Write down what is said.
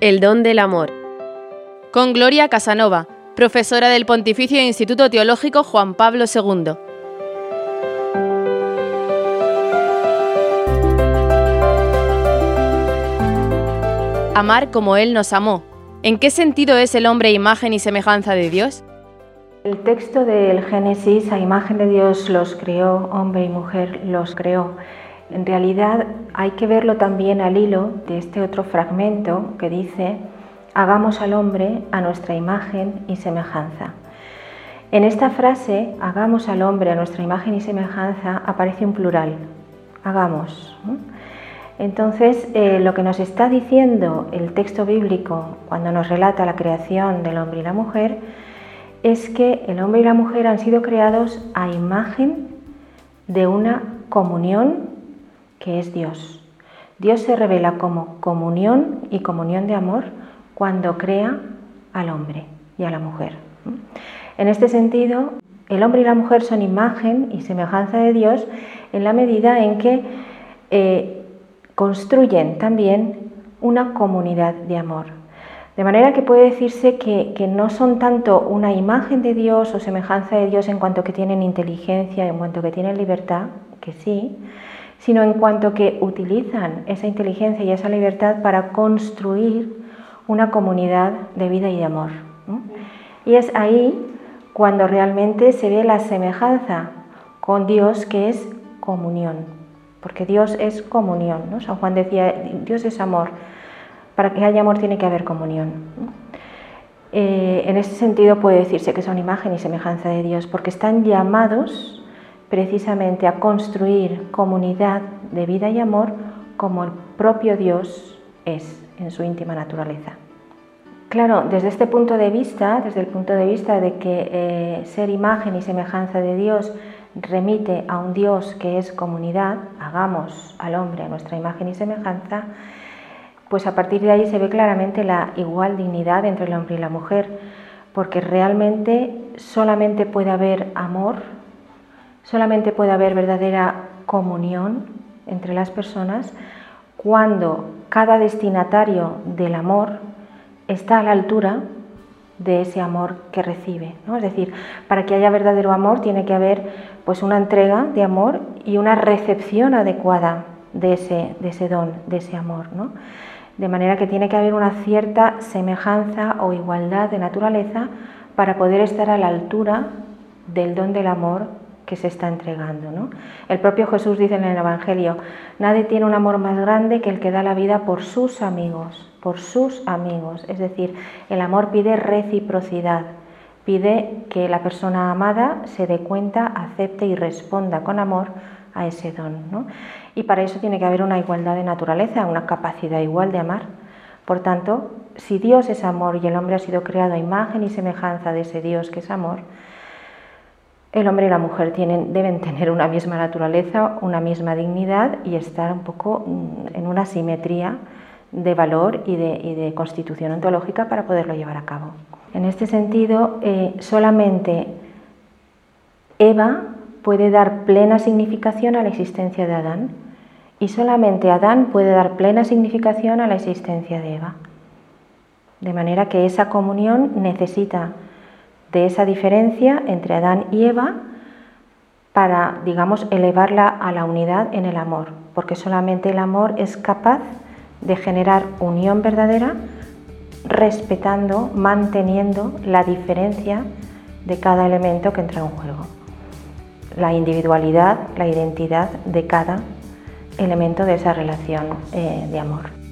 El don del amor. Con Gloria Casanova, profesora del Pontificio Instituto Teológico Juan Pablo II. Amar como Él nos amó. ¿En qué sentido es el hombre imagen y semejanza de Dios? El texto del Génesis, a imagen de Dios los creó, hombre y mujer los creó. En realidad hay que verlo también al hilo de este otro fragmento que dice: hagamos al hombre a nuestra imagen y semejanza. En esta frase, hagamos al hombre a nuestra imagen y semejanza, aparece un plural, hagamos. Entonces, lo que nos está diciendo el texto bíblico cuando nos relata la creación del hombre y la mujer es que el hombre y la mujer han sido creados a imagen de una comunión que es Dios. Dios se revela como comunión y comunión de amor cuando crea al hombre y a la mujer. En este sentido, el hombre y la mujer son imagen y semejanza de Dios en la medida en que construyen también una comunidad de amor. De manera que puede decirse que no son tanto una imagen de Dios o semejanza de Dios en cuanto que tienen inteligencia, en cuanto que tienen libertad, que sí, sino en cuanto que utilizan esa inteligencia y esa libertad para construir una comunidad de vida y de amor. Y es ahí cuando realmente se ve la semejanza con Dios, que es comunión, porque Dios es comunión, ¿no? San Juan decía, Dios es amor, para que haya amor tiene que haber comunión. En ese sentido puede decirse que son imagen y semejanza de Dios, porque están llamados precisamente a construir comunidad de vida y amor como el propio Dios es en su íntima naturaleza. Claro, desde este punto de vista, desde el punto de vista de que ser imagen y semejanza de Dios remite a un Dios que es comunidad, hagamos al hombre a nuestra imagen y semejanza, pues a partir de ahí se ve claramente la igual dignidad entre el hombre y la mujer, porque realmente solamente puede haber amor, solamente puede haber verdadera comunión entre las personas cuando cada destinatario del amor está a la altura de ese amor que recibe, ¿no? Es decir, para que haya verdadero amor tiene que haber pues una entrega de amor y una recepción adecuada de ese don, de ese amor, ¿no? De manera que tiene que haber una cierta semejanza o igualdad de naturaleza para poder estar a la altura del don del amor que se está entregando, ¿no? El propio Jesús dice en el Evangelio: nadie tiene un amor más grande que el que da la vida por sus amigos, es decir, el amor pide reciprocidad, pide que la persona amada se dé cuenta, acepte y responda con amor a ese don, ¿no? Y para eso tiene que haber una igualdad de naturaleza, una capacidad igual de amar. Por tanto, si Dios es amor y el hombre ha sido creado a imagen y semejanza de ese Dios que es amor, el hombre y la mujer deben tener una misma naturaleza, una misma dignidad y estar un poco en una simetría de valor y de constitución ontológica para poderlo llevar a cabo. En este sentido, solamente Eva puede dar plena significación a la existencia de Adán y solamente Adán puede dar plena significación a la existencia de Eva. De manera que esa comunión necesita de esa diferencia entre Adán y Eva para, digamos, elevarla a la unidad en el amor, porque solamente el amor es capaz de generar unión verdadera, respetando, manteniendo la diferencia de cada elemento que entra en juego, la individualidad, la identidad de cada elemento de esa relación de amor.